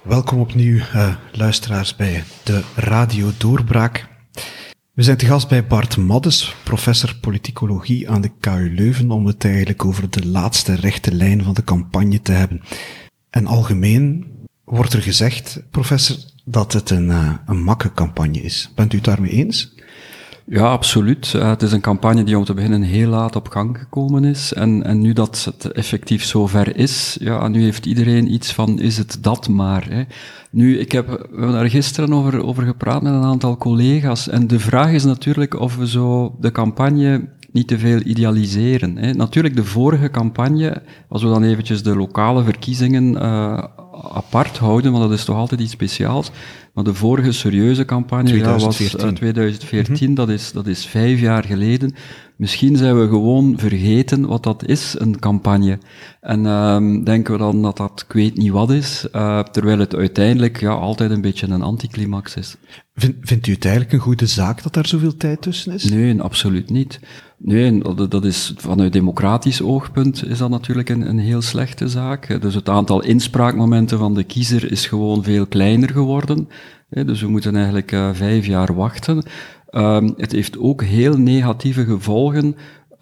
Welkom opnieuw, luisteraars, bij de Radio Doorbraak. We zijn te gast bij Bart Maddes, professor politicologie aan de KU Leuven, om het eigenlijk over de laatste rechte lijn van de campagne te hebben. En algemeen wordt er gezegd, professor, dat het een makke campagne is. Bent u het daarmee eens? Ja, absoluut. Het is een campagne die om te beginnen heel laat op gang gekomen is. En nu dat het effectief zover is, ja, nu heeft iedereen iets van, is het dat maar, hè. Nu, we hebben daar gisteren over gepraat met een aantal collega's. En de vraag is natuurlijk of we zo de campagne niet te veel idealiseren, hè. Natuurlijk, de vorige campagne, als we dan eventjes de lokale verkiezingen apart houden, want dat is toch altijd iets speciaals. Maar de vorige serieuze campagne 2014. was 2014, dat is 5 jaar geleden. Misschien zijn we gewoon vergeten wat dat is, een campagne. En denken we dan dat dat ik weet niet wat is, terwijl het uiteindelijk altijd een beetje een anticlimax is. Vindt u het eigenlijk een goede zaak dat daar zoveel tijd tussen is? Nee, absoluut niet. Nee, dat is vanuit democratisch oogpunt is dat natuurlijk een heel slechte zaak. Dus het aantal inspraakmomenten van de kiezer is gewoon veel kleiner geworden. Dus we moeten eigenlijk 5 jaar wachten. Het heeft ook heel negatieve gevolgen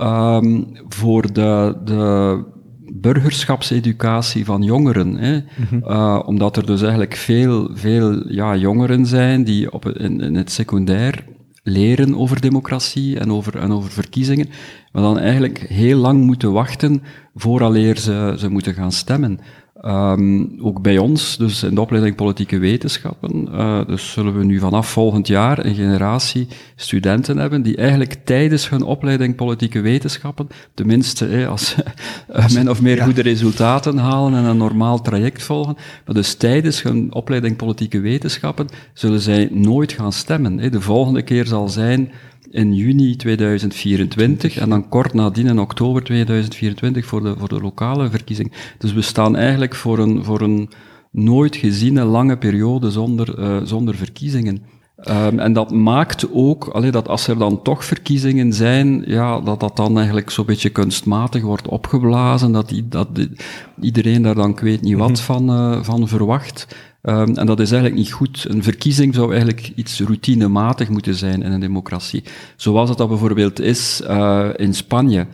voor de burgerschapseducatie van jongeren. Omdat er dus eigenlijk veel jongeren zijn die in het secundair leren over democratie en over verkiezingen, maar dan eigenlijk heel lang moeten wachten vooraleer ze moeten gaan stemmen. Ook bij ons, dus in de opleiding politieke wetenschappen, dus zullen we nu vanaf volgend jaar een generatie studenten hebben die eigenlijk tijdens hun opleiding politieke wetenschappen, tenminste als ze min of meer goede resultaten halen en een normaal traject volgen, maar dus tijdens hun opleiding politieke wetenschappen zullen zij nooit gaan stemmen. De volgende keer zal zijn in juni 2024 en dan kort nadien in oktober 2024 voor de lokale verkiezing. Dus we staan eigenlijk voor een nooit geziene lange periode zonder verkiezingen. En dat maakt ook, dat als er dan toch verkiezingen zijn, dat dan eigenlijk zo'n beetje kunstmatig wordt opgeblazen, dat iedereen daar dan ik weet niet wat van verwacht. En dat is eigenlijk niet goed. Een verkiezing zou eigenlijk iets routinematig moeten zijn in een democratie. Zoals het dat bijvoorbeeld is in Spanje.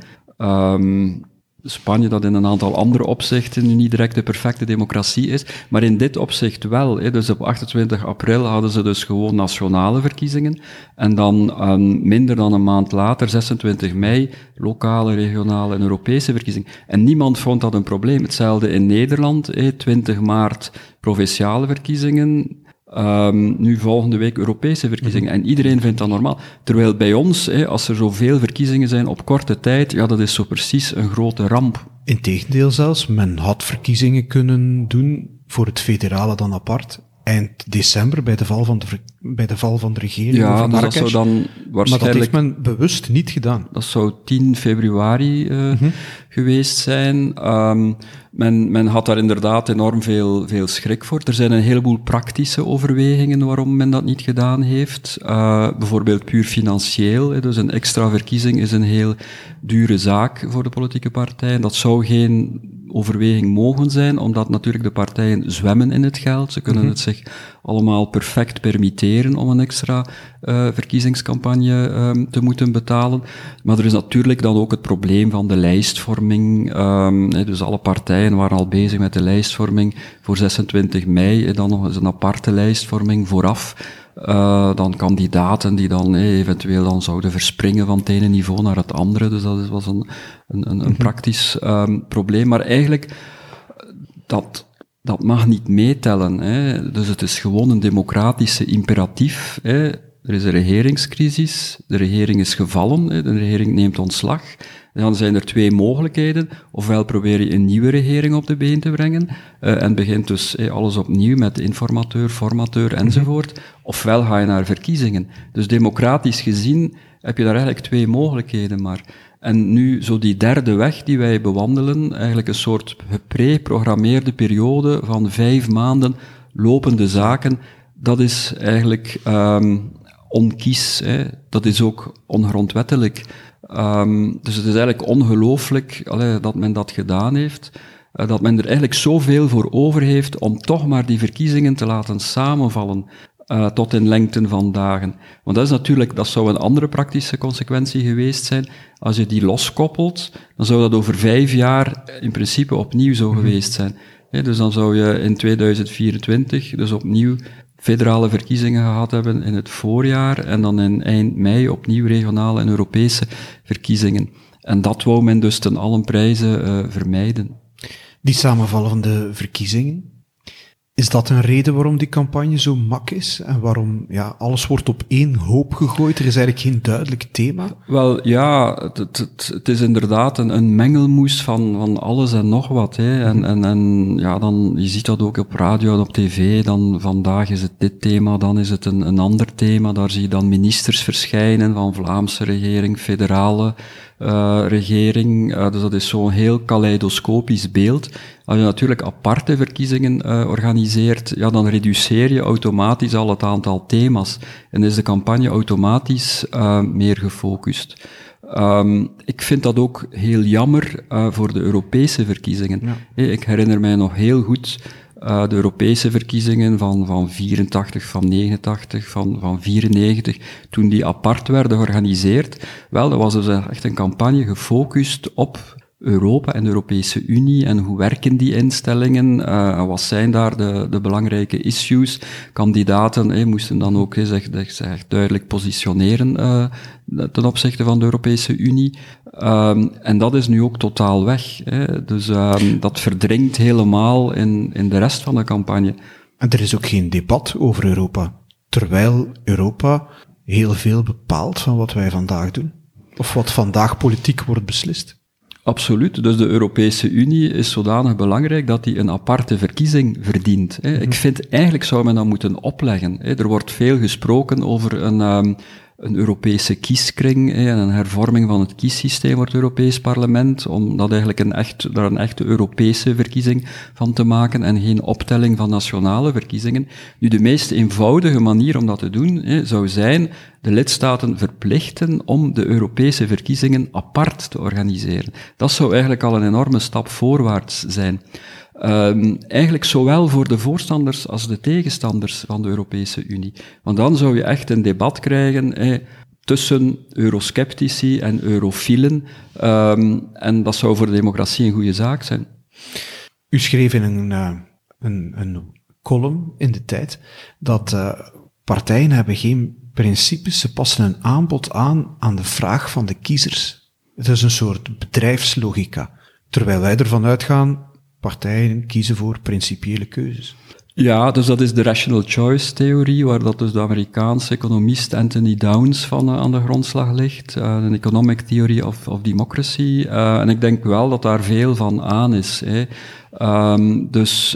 Spanje dat in een aantal andere opzichten nu niet direct de perfecte democratie is, maar in dit opzicht wel. Dus op 28 april hadden ze dus gewoon nationale verkiezingen en dan minder dan een maand later, 26 mei, lokale, regionale en Europese verkiezingen. En niemand vond dat een probleem. Hetzelfde in Nederland, 20 maart provinciale verkiezingen, nu volgende week Europese verkiezingen. En iedereen vindt dat normaal. Terwijl bij ons, als er zoveel verkiezingen zijn op korte tijd, dat is zo precies een grote ramp. Integendeel zelfs, men had verkiezingen kunnen doen voor het federale dan apart. Eind december, bij de val van de regering over Marrakesh. Dat zou dan waarschijnlijk... Maar dat heeft men bewust niet gedaan. Dat zou 10 februari geweest zijn. Men had daar inderdaad enorm veel schrik voor. Er zijn een heleboel praktische overwegingen waarom men dat niet gedaan heeft. Bijvoorbeeld puur financieel. Dus een extra verkiezing is een heel dure zaak voor de politieke partijen. Dat zou geen overweging mogen zijn, omdat natuurlijk de partijen zwemmen in het geld. Ze kunnen het zich allemaal perfect permitteren om een extra verkiezingscampagne te moeten betalen. Maar er is natuurlijk dan ook het probleem van de lijstvorming. Dus alle partijen waren al bezig met de lijstvorming voor 26 mei. Dan nog eens een aparte lijstvorming vooraf. Dan kandidaten die dan eventueel dan zouden verspringen van het ene niveau naar het andere. Dus dat was een praktisch probleem. Maar eigenlijk, dat mag niet meetellen. Dus het is gewoon een democratische imperatief. Er is een regeringscrisis, de regering is gevallen, de regering neemt ontslag. Dan zijn er 2 mogelijkheden. Ofwel probeer je een nieuwe regering op de been te brengen en begint dus alles opnieuw met informateur, formateur enzovoort. Ofwel ga je naar verkiezingen. Dus democratisch gezien heb je daar eigenlijk 2 mogelijkheden maar. En nu zo die derde weg die wij bewandelen, eigenlijk een soort gepreprogrammeerde periode van 5 maanden lopende zaken, dat is eigenlijk onkies. Dat is ook ongrondwettelijk. Dus het is eigenlijk ongelooflijk dat men dat gedaan heeft. dat men er eigenlijk zoveel voor over heeft om toch maar die verkiezingen te laten samenvallen tot in lengten van dagen. Want dat zou een andere praktische consequentie geweest zijn. Als je die loskoppelt, dan zou dat over 5 jaar in principe opnieuw zo geweest zijn. Dus dan zou je in 2024 dus opnieuw federale verkiezingen gehad hebben in het voorjaar en dan in eind mei opnieuw regionale en Europese verkiezingen. En dat wou men dus ten allen prijze vermijden. Die samenvallende verkiezingen, is dat een reden waarom die campagne zo mak is? En waarom alles wordt op één hoop gegooid? Er is eigenlijk geen duidelijk thema? Wel, ja, het is inderdaad een mengelmoes van alles en nog wat. Hè. En dan, je ziet dat ook op radio en op tv, dan vandaag is het dit thema, dan is het een ander thema. Daar zie je dan ministers verschijnen van Vlaamse regering, federale regering. Dus dat is zo'n heel kaleidoscopisch beeld. Als je natuurlijk aparte verkiezingen organiseert, dan reduceer je automatisch al het aantal thema's. En is de campagne automatisch meer gefocust. Ik vind dat ook heel jammer voor de Europese verkiezingen. Ja. Ik herinner mij nog heel goed de Europese verkiezingen van 84, van 89, van 94, toen die apart werden georganiseerd. Wel, dat was dus echt een campagne gefocust op Europa en de Europese Unie en hoe werken die instellingen, wat zijn daar de belangrijke issues. Kandidaten moesten dan ook zich duidelijk positioneren ten opzichte van de Europese Unie. En dat is nu ook totaal weg. Dus dat verdringt helemaal in de rest van de campagne. En er is ook geen debat over Europa, terwijl Europa heel veel bepaalt van wat wij vandaag doen. Of wat vandaag politiek wordt beslist. Absoluut. Dus de Europese Unie is zodanig belangrijk dat die een aparte verkiezing verdient. Ik vind, eigenlijk zou men dat moeten opleggen. Er wordt veel gesproken over een Europese kieskring en een hervorming van het kiessysteem voor het Europees Parlement, om dat eigenlijk daar een echte Europese verkiezing van te maken en geen optelling van nationale verkiezingen. Nu, de meest eenvoudige manier om dat te doen zou zijn de lidstaten verplichten om de Europese verkiezingen apart te organiseren. Dat zou eigenlijk al een enorme stap voorwaarts zijn. Eigenlijk zowel voor de voorstanders als de tegenstanders van de Europese Unie. Want dan zou je echt een debat krijgen tussen eurosceptici en eurofielen. En dat zou voor de democratie een goede zaak zijn. U schreef in een column in de Tijd dat partijen hebben geen principes, ze passen een aanbod aan de vraag van de kiezers. Het is een soort bedrijfslogica. Terwijl wij ervan uitgaan, partijen kiezen voor principiële keuzes. Ja, dus dat is de rational choice theorie, waar dat dus de Amerikaanse economist Anthony Downs van aan de grondslag ligt, een economic theory of democracy. En ik denk wel dat daar veel van aan is. Dus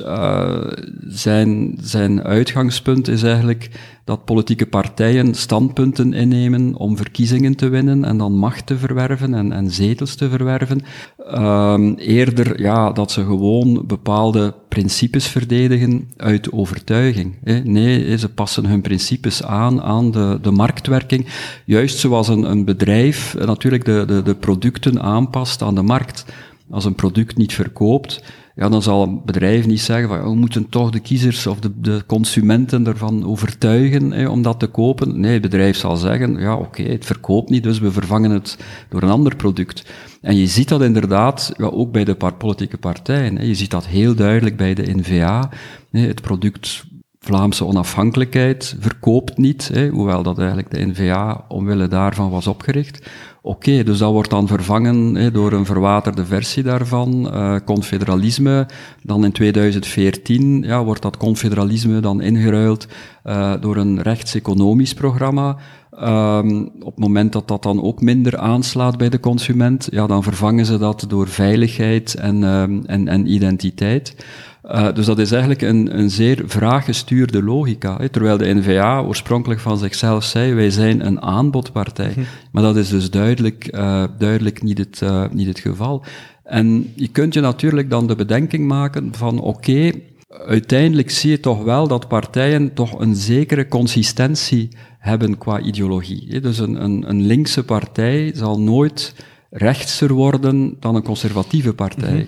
zijn uitgangspunt is eigenlijk dat politieke partijen standpunten innemen om verkiezingen te winnen en dan macht te verwerven en zetels te verwerven. Eerder dat ze gewoon bepaalde principes verdedigen uit overtuiging. Nee, ze passen hun principes aan de marktwerking. Juist zoals een bedrijf natuurlijk de producten aanpast aan de markt. Als een product niet verkoopt, dan zal een bedrijf niet zeggen van we moeten toch de kiezers of de consumenten ervan overtuigen om dat te kopen. Nee, het bedrijf zal zeggen, oké, het verkoopt niet, dus we vervangen het door een ander product. En je ziet dat inderdaad ook bij de politieke partijen. Je ziet dat heel duidelijk bij de N-VA. Het product Vlaamse onafhankelijkheid verkoopt niet, hoewel dat eigenlijk de N-VA omwille daarvan was opgericht. Oké, dus dat wordt dan vervangen door een verwaterde versie daarvan, confederalisme. Dan in 2014 wordt dat confederalisme dan ingeruild door een rechtseconomisch programma. Op het moment dat dat dan ook minder aanslaat bij de consument, dan vervangen ze dat door veiligheid en identiteit. Dus dat is eigenlijk een zeer vraaggestuurde logica. Terwijl de N-VA oorspronkelijk van zichzelf zei, wij zijn een aanbodpartij. Maar dat is dus duidelijk niet het geval. En je kunt je natuurlijk dan de bedenking maken van oké, uiteindelijk zie je toch wel dat partijen toch een zekere consistentie hebben qua ideologie. Dus een linkse partij zal nooit rechtser worden dan een conservatieve partij.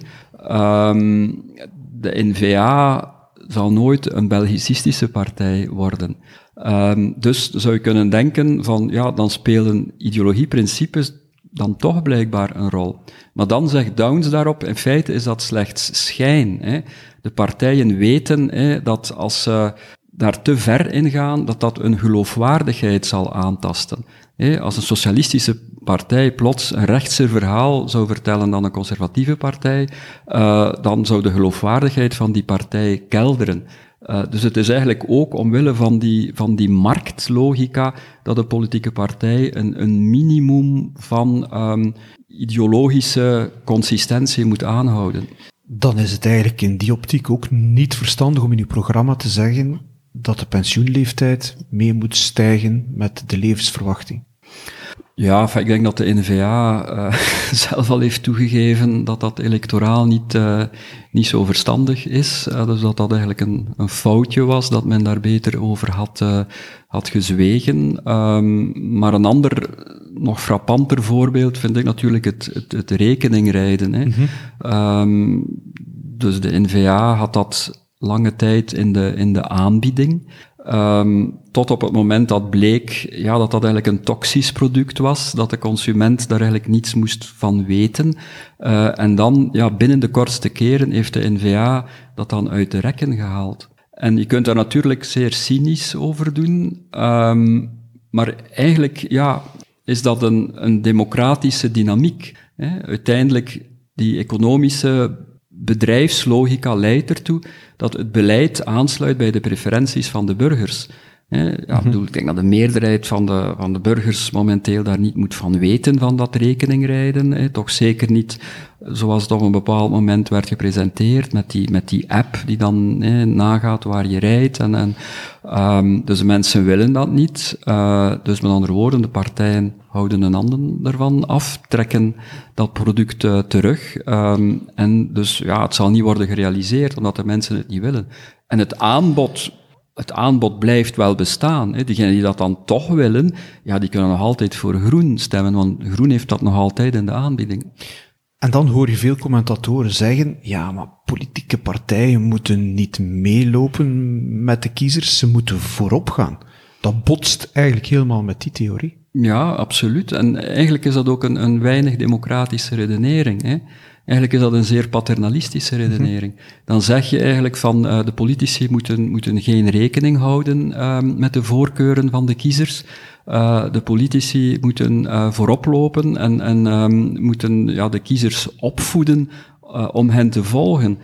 De N-VA zal nooit een Belgicistische partij worden. Dus zou je kunnen denken van, ja, dan spelen ideologieprincipes dan toch blijkbaar een rol. Maar dan zegt Downes daarop, in feite is dat slechts schijn. Hè. De partijen weten dat als ze daar te ver in gaan, dat dat hun geloofwaardigheid zal aantasten. Als een socialistische partij plots een rechtser verhaal zou vertellen dan een conservatieve partij, dan zou de geloofwaardigheid van die partij kelderen. Dus het is eigenlijk ook omwille van die marktlogica dat de politieke partij een minimum van ideologische consistentie moet aanhouden. Dan is het eigenlijk in die optiek ook niet verstandig om in uw programma te zeggen dat de pensioenleeftijd mee moet stijgen met de levensverwachting. Ja, ik denk dat de N-VA zelf al heeft toegegeven dat dat electoraal niet zo verstandig is. Dus dat dat eigenlijk een foutje was, dat men daar beter over had gezwegen. Maar een ander, nog frappanter voorbeeld vind ik natuurlijk het rekeningrijden. Hè. Dus de N-VA had dat lange tijd in de aanbieding. Tot op het moment dat bleek dat eigenlijk een toxisch product was, dat de consument daar eigenlijk niets moest van weten. En dan, binnen de kortste keren heeft de N-VA dat dan uit de rekken gehaald. En je kunt daar natuurlijk zeer cynisch over doen, maar eigenlijk, is dat een democratische dynamiek. Hè? Uiteindelijk, die economische bedrijfslogica leidt ertoe dat het beleid aansluit bij de preferenties van de burgers. Ik denk dat de meerderheid van de burgers momenteel daar niet moet van weten, van dat rekeningrijden. Toch zeker niet zoals het op een bepaald moment werd gepresenteerd, met die app die dan nagaat waar je rijdt. Dus mensen willen dat niet. Dus met andere woorden, de partijen houden hun handen ervan af, trekken dat product terug. En dus het zal niet worden gerealiseerd, omdat de mensen het niet willen. En het aanbod blijft wel bestaan. Diegenen die dat dan toch willen, die kunnen nog altijd voor groen stemmen, want groen heeft dat nog altijd in de aanbieding. En dan hoor je veel commentatoren zeggen, maar politieke partijen moeten niet meelopen met de kiezers, ze moeten voorop gaan. Dat botst eigenlijk helemaal met die theorie. Ja, absoluut. En eigenlijk is dat ook een weinig democratische redenering. Hè. Eigenlijk is dat een zeer paternalistische redenering. Dan zeg je eigenlijk van de politici moeten geen rekening houden met de voorkeuren van de kiezers. De politici moeten voorop lopen en moeten de kiezers opvoeden om hen te volgen.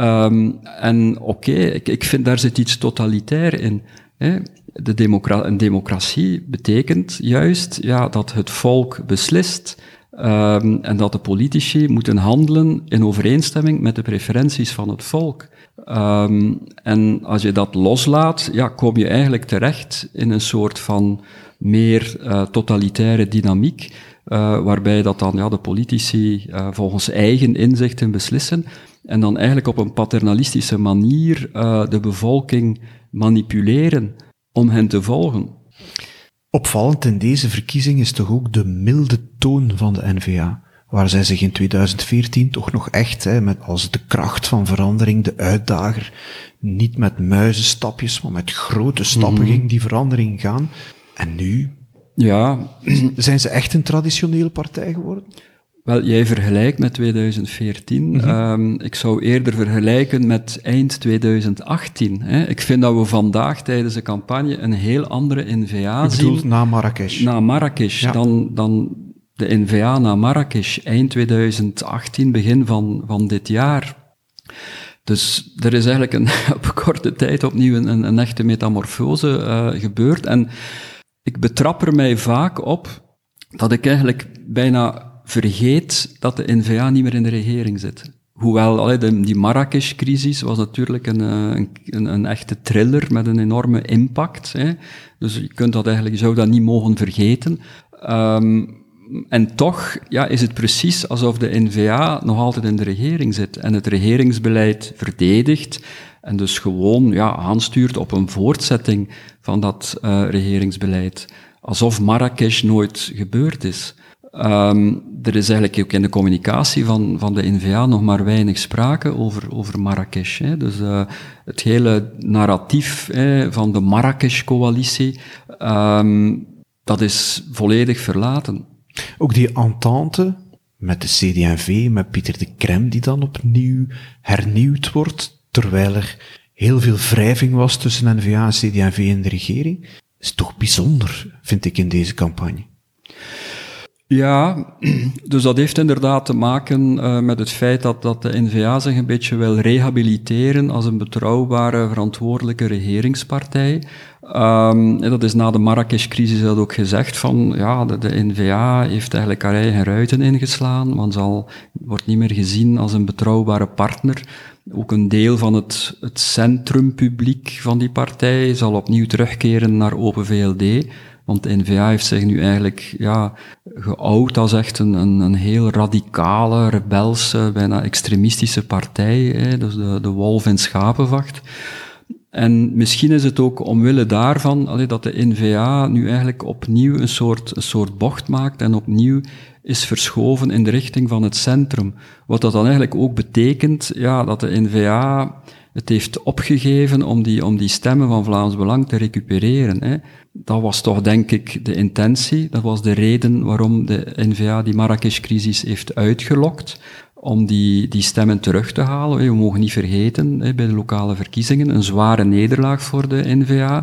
Ik vind daar zit iets totalitair in. Hè. Een democratie betekent juist dat het volk beslist en dat de politici moeten handelen in overeenstemming met de preferenties van het volk. En als je dat loslaat, kom je eigenlijk terecht in een soort van meer totalitaire dynamiek, waarbij dat dan de politici volgens eigen inzichten beslissen en dan eigenlijk op een paternalistische manier de bevolking manipuleren om hen te volgen. Opvallend in deze verkiezing is toch ook de milde toon van de N-VA, waar zij zich in 2014 toch nog echt, met als de kracht van verandering, de uitdager, niet met muizenstapjes, maar met grote stappen ging die verandering gaan. En nu zijn ze echt een traditionele partij geworden? Wel, jij vergelijkt met 2014. Ik zou eerder vergelijken met eind 2018. Hè. Ik vind dat we vandaag tijdens de campagne een heel andere N-VA zien. Je bedoelt na Marrakesh? Na Marrakesh, dan de N-VA na Marrakesh, eind 2018, begin van dit jaar. Dus er is eigenlijk op korte tijd opnieuw een echte metamorfose gebeurd. En ik betrap er mij vaak op dat ik eigenlijk bijna vergeet dat de N-VA niet meer in de regering zit. Hoewel, die Marrakesh-crisis was natuurlijk een echte thriller met een enorme impact. Hè. Dus je zou dat niet mogen vergeten. En toch is het precies alsof de N-VA nog altijd in de regering zit en het regeringsbeleid verdedigt en dus gewoon aanstuurt op een voortzetting van dat regeringsbeleid. Alsof Marrakesh nooit gebeurd is. Er is eigenlijk ook in de communicatie van de N-VA nog maar weinig sprake over Marrakesh. Hè. Dus het hele narratief van de Marrakesh-coalitie, dat is volledig verlaten. Ook die entente met de CD&V, met Pieter de Crème, die dan opnieuw hernieuwd wordt, terwijl er heel veel wrijving was tussen N-VA en CD&V in de regering, is toch bijzonder, vind ik, in deze campagne. Ja, dus dat heeft inderdaad te maken met het feit dat de N-VA zich een beetje wil rehabiliteren als een betrouwbare, verantwoordelijke regeringspartij. Dat is na de Marrakesh-crisis dat ook gezegd van, ja, de N-VA heeft eigenlijk haar eigen ruiten ingeslaan, want wordt niet meer gezien als een betrouwbare partner. Ook een deel van het centrumpubliek van die partij zal opnieuw terugkeren naar Open VLD. Want de N-VA heeft zich nu eigenlijk geout als echt een heel radicale, rebelse, bijna extremistische partij. Hè, dus de wolf in schapenvacht. En misschien is het ook omwille daarvan dat de N-VA nu eigenlijk opnieuw een soort bocht maakt en opnieuw is verschoven in de richting van het centrum. Wat dat dan eigenlijk ook betekent, dat de N-VA het heeft opgegeven om die stemmen van Vlaams Belang te recupereren. Hè. Dat was toch, denk ik, de intentie. Dat was de reden waarom de N-VA die Marrakesh-crisis heeft uitgelokt, om die stemmen terug te halen. We mogen niet vergeten, bij de lokale verkiezingen, een zware nederlaag voor de N-VA,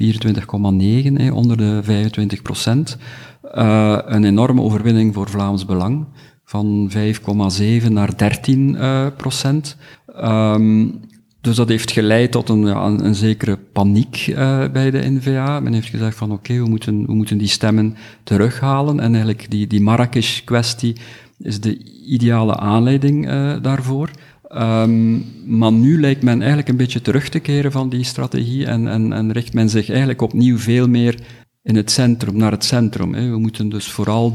24,9, onder de 25%. Een enorme overwinning voor Vlaams Belang, van 5,7 naar 13%. Dus dat heeft geleid tot een zekere paniek bij de N-VA. Men heeft gezegd van oké, we moeten die stemmen terughalen. En eigenlijk die Marrakesh-kwestie is de ideale aanleiding daarvoor. Maar nu lijkt men eigenlijk een beetje terug te keren van die strategie en richt men zich eigenlijk opnieuw veel meer in het centrum, naar het centrum. Hè. We moeten dus vooral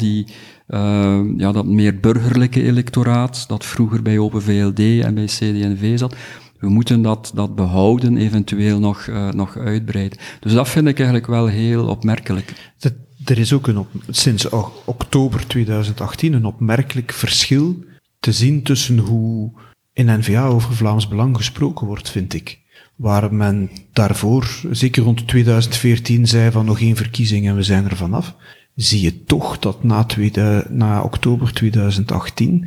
dat meer burgerlijke electoraat, dat vroeger bij Open VLD en bij CD&V zat, we moeten dat behouden, eventueel nog uitbreiden. Dus dat vind ik eigenlijk wel heel opmerkelijk. Er is ook sinds oktober 2018 een opmerkelijk verschil te zien tussen hoe in N-VA over Vlaams Belang gesproken wordt, vind ik. Waar men daarvoor, zeker rond 2014, zei van nog 1 verkiezing en we zijn er vanaf, zie je toch dat na oktober 2018,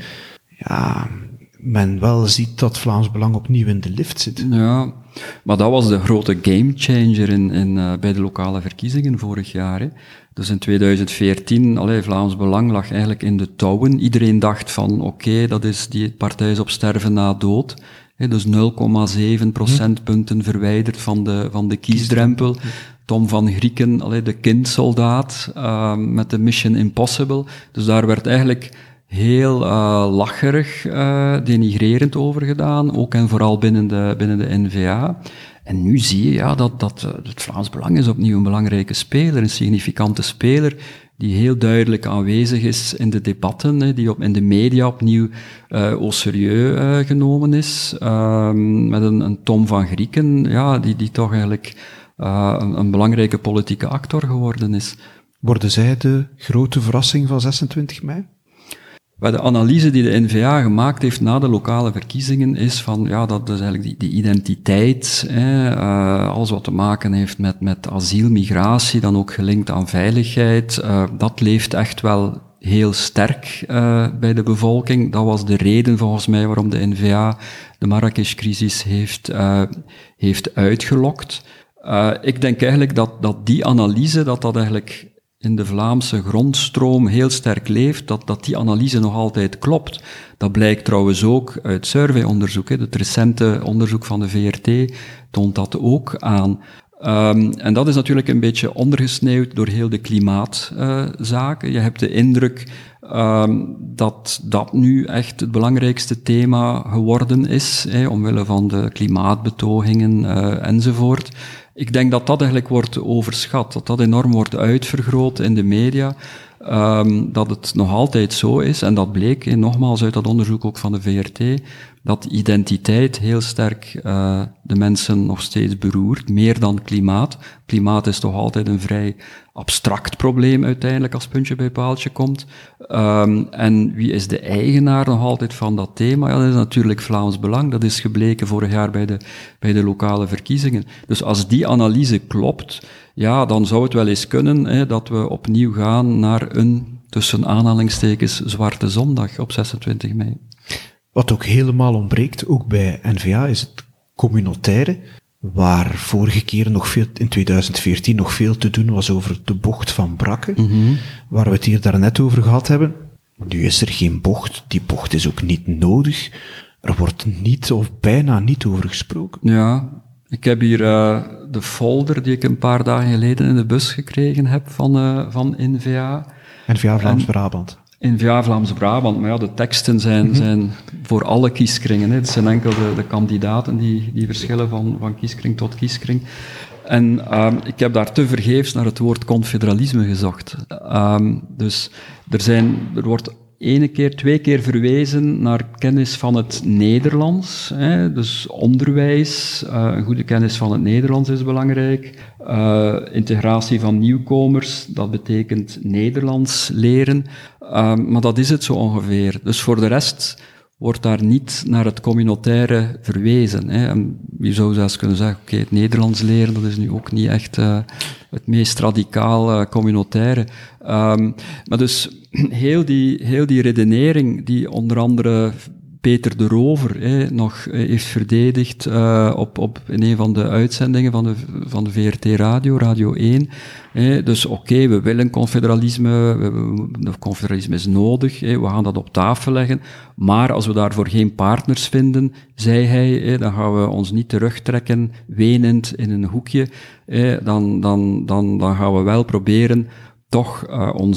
men wel ziet dat Vlaams Belang opnieuw in de lift zit. Ja, maar dat was de grote gamechanger bij de lokale verkiezingen vorig jaar. Hè. Dus in 2014, Vlaams Belang lag eigenlijk in de touwen. Iedereen dacht van, oké, die partij is op sterven na dood. Hè, dus 0,7 procentpunten verwijderd van de kiesdrempel. Tom van Grieken, de kindsoldaat, met de Mission Impossible. Dus daar werd eigenlijk heel lacherig, denigrerend over gedaan, ook en vooral binnen de N-VA. En nu zie je dat het Vlaams Belang is opnieuw een belangrijke speler, een significante speler, die heel duidelijk aanwezig is in de debatten, die in de media opnieuw au sérieux genomen is, met een Tom van Grieken, die toch eigenlijk een belangrijke politieke actor geworden is. Worden zij de grote verrassing van 26 mei? Bij de analyse die de N-VA gemaakt heeft na de lokale verkiezingen is van, dat is eigenlijk die identiteit, alles wat te maken heeft met asiel, migratie, dan ook gelinkt aan veiligheid, dat leeft echt wel heel sterk bij de bevolking. Dat was de reden volgens mij waarom de N-VA de Marrakesh-crisis heeft uitgelokt. Ik denk eigenlijk dat die analyse, dat eigenlijk in de Vlaamse grondstroom heel sterk leeft, dat die analyse nog altijd klopt. Dat blijkt trouwens ook uit surveyonderzoek. Het recente onderzoek van de VRT toont dat ook aan. En dat is natuurlijk een beetje ondergesneeuwd door heel de klimaatzaken. Je hebt de indruk dat nu echt het belangrijkste thema geworden is, omwille van de klimaatbetogingen enzovoort. Ik denk dat eigenlijk wordt overschat, dat enorm wordt uitvergroot in de media, dat het nog altijd zo is, en dat bleek nogmaals uit dat onderzoek ook van de VRT, dat identiteit heel sterk de mensen nog steeds beroert, meer dan klimaat. Klimaat is toch altijd een vrij abstract probleem uiteindelijk als puntje bij paaltje komt. En wie is de eigenaar nog altijd van dat thema? Ja, dat is natuurlijk Vlaams Belang. Dat is gebleken vorig jaar bij de lokale verkiezingen. Dus als die analyse klopt, ja, dan zou het wel eens kunnen dat we opnieuw gaan naar een, tussen aanhalingstekens, zwarte zondag op 26 mei. Wat ook helemaal ontbreekt, ook bij N-VA, is het communautaire, waar vorige keer in 2014 nog veel te doen was over de bocht van Brakke, waar we het hier daarnet over gehad hebben. Nu is er geen bocht, die bocht is ook niet nodig. Er wordt niet of bijna niet over gesproken. Ja, ik heb hier de folder die ik een paar dagen geleden in de bus gekregen heb van N-VA. N-VA Vlaams-Brabant. N-VA Vlaams-Brabant, maar ja, de teksten zijn voor alle kieskringen. Het zijn enkel de kandidaten die verschillen van kieskring tot kieskring. En ik heb daar tevergeefs naar het woord confederalisme gezocht. Dus er wordt 2 keer verwezen naar kennis van het Nederlands. Dus onderwijs, een goede kennis van het Nederlands is belangrijk. Integratie van nieuwkomers, dat betekent Nederlands leren. Maar dat is het zo ongeveer. Dus voor de rest wordt daar niet naar het communautaire verwezen. En je zou zelfs kunnen zeggen, oké, het Nederlands leren, dat is nu ook niet echt het meest radicaal communautaire. Maar dus heel die redenering die onder andere Peter de Rover nog heeft verdedigd in een van de uitzendingen van de VRT Radio 1. Dus oké, we willen confederalisme, confederalisme is nodig, we gaan dat op tafel leggen, maar als we daarvoor geen partners vinden, zei hij, dan gaan we ons niet terugtrekken, wenend in een hoekje, dan gaan we wel proberen toch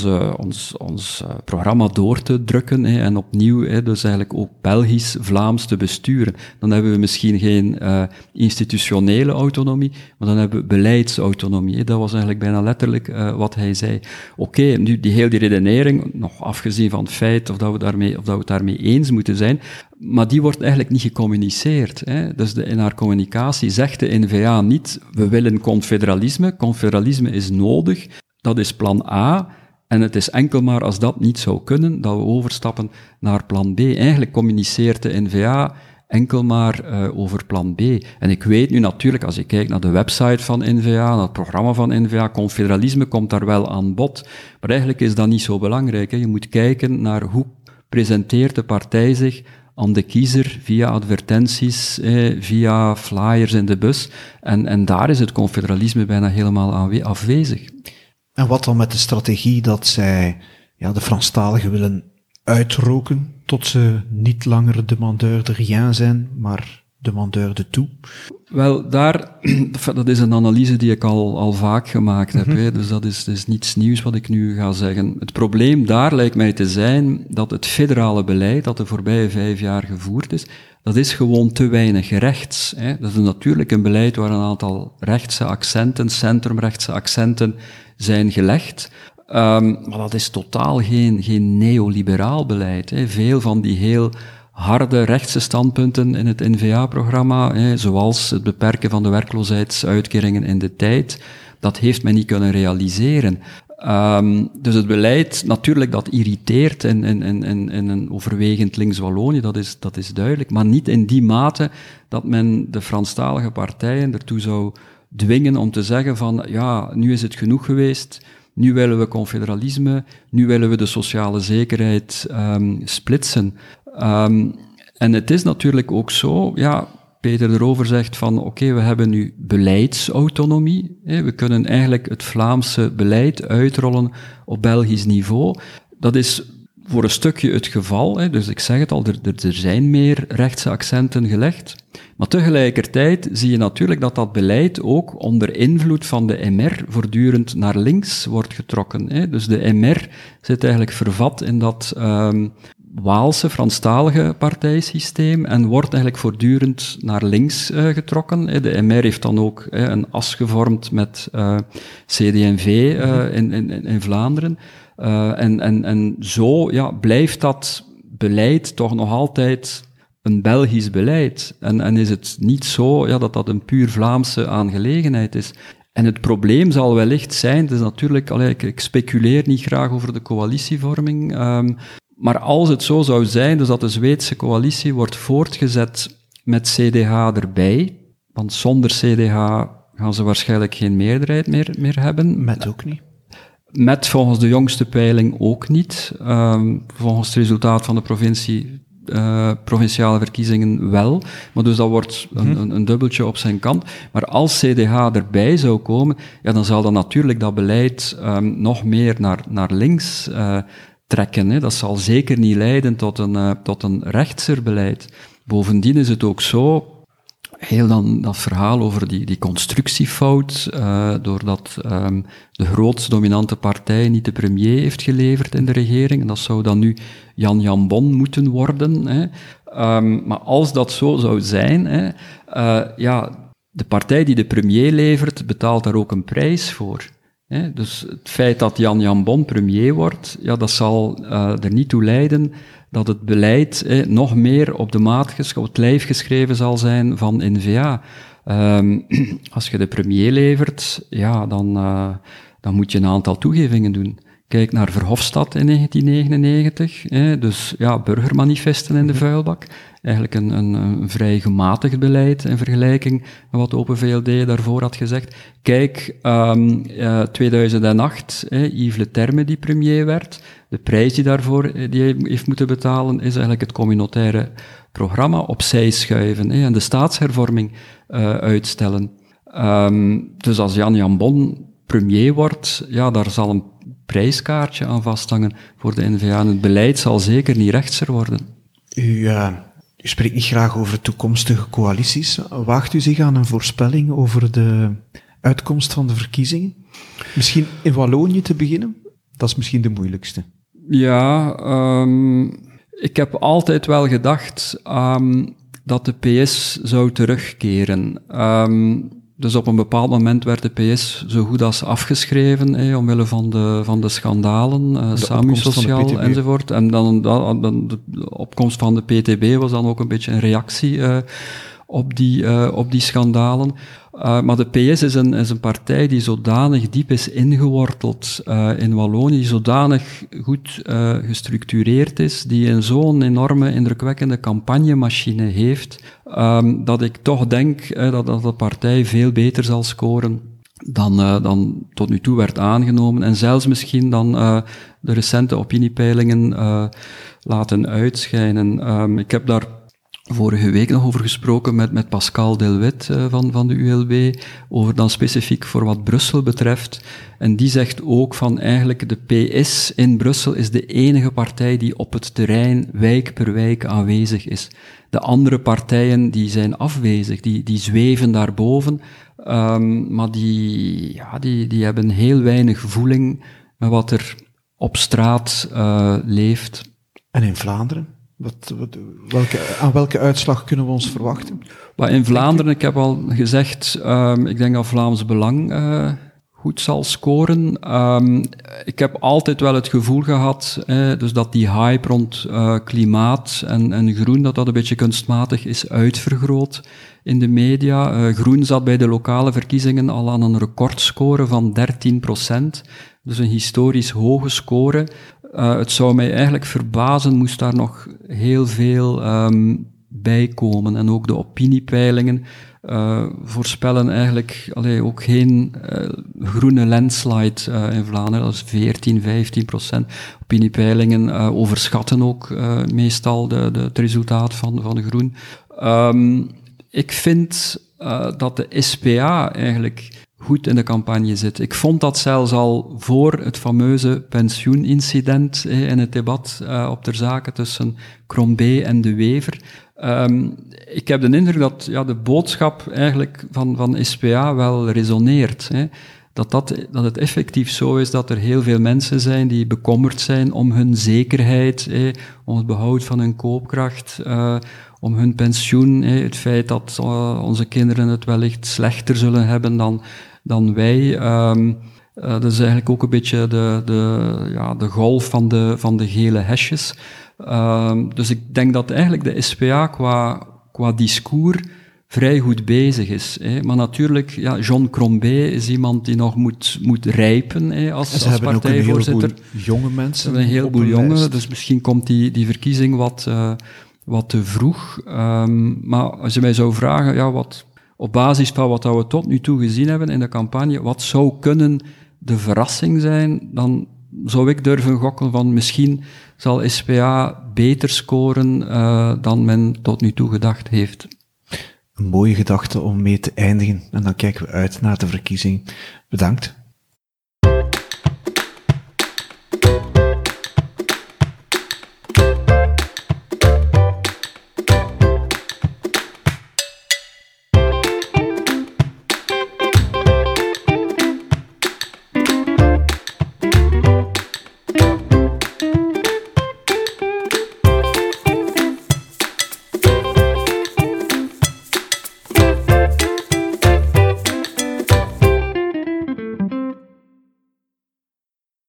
ons programma door te drukken en opnieuw dus eigenlijk ook Belgisch-Vlaams te besturen. Dan hebben we misschien geen institutionele autonomie, maar dan hebben we beleidsautonomie. Dat was eigenlijk bijna letterlijk wat hij zei. Oké, nu die hele redenering, nog afgezien van het feit of dat we het daarmee eens moeten zijn, maar die wordt eigenlijk niet gecommuniceerd. Dus in haar communicatie zegt de N-VA niet, we willen confederalisme. Confederalisme is nodig. Dat is plan A, en het is enkel maar als dat niet zou kunnen, dat we overstappen naar plan B. Eigenlijk communiceert de N-VA enkel maar over plan B. En ik weet nu natuurlijk, als ik kijk naar de website van N-VA, naar het programma van N-VA, confederalisme komt daar wel aan bod. Maar eigenlijk is dat niet zo belangrijk. Je moet kijken naar hoe presenteert de partij zich aan de kiezer via advertenties, via flyers in de bus. En daar is het confederalisme bijna helemaal afwezig. En wat dan met de strategie dat zij de Franstaligen willen uitroken tot ze niet langer demandeur de rien zijn, maar demandeur de tout? Wel, dat is een analyse die ik al vaak gemaakt heb. Dus dat is niets nieuws wat ik nu ga zeggen. Het probleem daar lijkt mij te zijn dat het federale beleid dat de voorbije 5 jaar gevoerd is, dat is gewoon te weinig rechts. Dat is natuurlijk een beleid waar een aantal rechtse accenten, centrumrechtse accenten zijn gelegd. Maar dat is totaal geen neoliberaal beleid. Veel van die heel harde rechtse standpunten in het N-VA-programma, zoals het beperken van de werkloosheidsuitkeringen in de tijd, dat heeft men niet kunnen realiseren. Dus het beleid, natuurlijk, dat irriteert in een overwegend links-Wallonië, dat is duidelijk, maar niet in die mate dat men de Franstalige partijen ertoe zou dwingen om te zeggen van, ja, nu is het genoeg geweest, nu willen we confederalisme, nu willen we de sociale zekerheid splitsen. En het is natuurlijk ook zo, Peter de Rover zegt van, oké, we hebben nu beleidsautonomie. We kunnen eigenlijk het Vlaamse beleid uitrollen op Belgisch niveau. Dat is voor een stukje het geval. Dus ik zeg het al, er zijn meer rechtse accenten gelegd. Maar tegelijkertijd zie je natuurlijk dat beleid ook onder invloed van de MR voortdurend naar links wordt getrokken. Dus de MR zit eigenlijk vervat in dat Waalse, Franstalige partijsysteem en wordt eigenlijk voortdurend naar links getrokken. De MR heeft dan ook een as gevormd met CD&V in Vlaanderen. En zo blijft dat beleid toch nog altijd een Belgisch beleid. En is het niet zo dat dat een puur Vlaamse aangelegenheid is. En het probleem zal wellicht zijn, dus natuurlijk, ik speculeer niet graag over de coalitievorming, maar als het zo zou zijn, dus dat de Zweedse coalitie wordt voortgezet met CDH erbij, want zonder CDH gaan ze waarschijnlijk geen meerderheid meer hebben. Met ook niet. Met volgens de jongste peiling ook niet. Volgens het resultaat van de provinciale verkiezingen wel. Maar dus dat wordt een dubbeltje op zijn kant. Maar als CDH erbij zou komen, dan zal dan natuurlijk dat beleid nog meer naar links trekken. Hè. Dat zal zeker niet leiden tot een rechtser beleid. Bovendien is het ook zo, heel dan dat verhaal over die constructiefout, doordat de grootste dominante partij niet de premier heeft geleverd in de regering, en dat zou dan nu Jan Jambon moeten worden. Hè. Maar als dat zo zou zijn, de partij die de premier levert, betaalt daar ook een prijs voor. Hè. Dus het feit dat Jan Jambon premier wordt, dat zal er niet toe leiden dat het beleid nog meer op de maat, op het lijf geschreven zal zijn van N-VA. Als je de premier levert, dan moet je een aantal toegevingen doen. Kijk naar Verhofstadt in 1999, dus burgermanifesten in de vuilbak. Eigenlijk een vrij gematigd beleid in vergelijking met wat Open VLD daarvoor had gezegd. Kijk, 2008, Yves Le Terme die premier werd. De prijs die daarvoor die hij heeft moeten betalen, is eigenlijk het communautaire programma opzij schuiven en de staatshervorming uitstellen. Dus als Jan Jambon premier wordt, daar zal een prijskaartje aan vasthangen voor de N-VA. En het beleid zal zeker niet rechtser worden. U spreekt niet graag over toekomstige coalities. Waagt u zich aan een voorspelling over de uitkomst van de verkiezingen? Misschien in Wallonië te beginnen? Dat is misschien de moeilijkste. Ja, ik heb altijd wel gedacht dat de PS zou terugkeren. Dus op een bepaald moment werd de PS zo goed als afgeschreven, omwille van de schandalen, SAMU Sociaal enzovoort. En dan de opkomst van de PTB was dan ook een beetje een reactie op die schandalen. Maar de PS is een partij die zodanig diep is ingeworteld in Wallonië, die zodanig goed gestructureerd is, die een zo'n enorme, indrukwekkende campagnemachine heeft, dat ik toch denk dat de partij veel beter zal scoren dan tot nu toe werd aangenomen, en zelfs misschien dan de recente opiniepeilingen laten uitschijnen. Ik heb daar vorige week nog over gesproken met Pascal Delwit van de ULB, over dan specifiek voor wat Brussel betreft. En die zegt ook van eigenlijk de PS in Brussel is de enige partij die op het terrein wijk per wijk aanwezig is. De andere partijen die zijn afwezig, die zweven daarboven, maar die hebben heel weinig voeling met wat er op straat leeft. En in Vlaanderen? Aan welke uitslag kunnen we ons verwachten? Maar in Vlaanderen, ik heb al gezegd, ik denk dat Vlaams Belang goed zal scoren. Ik heb altijd wel het gevoel gehad, dus dat die hype rond klimaat en groen, dat een beetje kunstmatig is uitvergroot in de media. Groen zat bij de lokale verkiezingen al aan een recordscore van 13%. Dus een historisch hoge score. Het zou mij eigenlijk verbazen, moest daar nog heel veel bij komen. En ook de opiniepeilingen voorspellen eigenlijk ook geen groene landslide in Vlaanderen. Dat is 14-15%. Opiniepeilingen overschatten ook meestal het resultaat van groen. Ik vind dat de SPA eigenlijk goed in de campagne zit. Ik vond dat zelfs al voor het fameuze pensioenincident in het debat op ter zake tussen Crombé en De Wever. Ik heb de indruk dat de boodschap eigenlijk van SPA wel resoneert. Dat het effectief zo is dat er heel veel mensen zijn die bekommerd zijn om hun zekerheid, om het behoud van hun koopkracht, om hun pensioen, het feit dat onze kinderen het wellicht slechter zullen hebben dan wij. Dat is eigenlijk ook een beetje de golf van de gele hesjes. Dus ik denk dat eigenlijk de SPA qua discours vrij goed bezig is. Maar natuurlijk, John Crombie is iemand die nog moet rijpen als partijvoorzitter. Ze hebben ook een heleboel jonge mensen. Ze hebben een heleboel jongen, dus misschien komt die verkiezing wat te vroeg. Maar als je mij zou vragen, op basis van wat we tot nu toe gezien hebben in de campagne, wat zou kunnen de verrassing zijn, dan zou ik durven gokken van misschien zal SPA beter scoren dan men tot nu toe gedacht heeft. Een mooie gedachte om mee te eindigen. En dan kijken we uit naar de verkiezing. Bedankt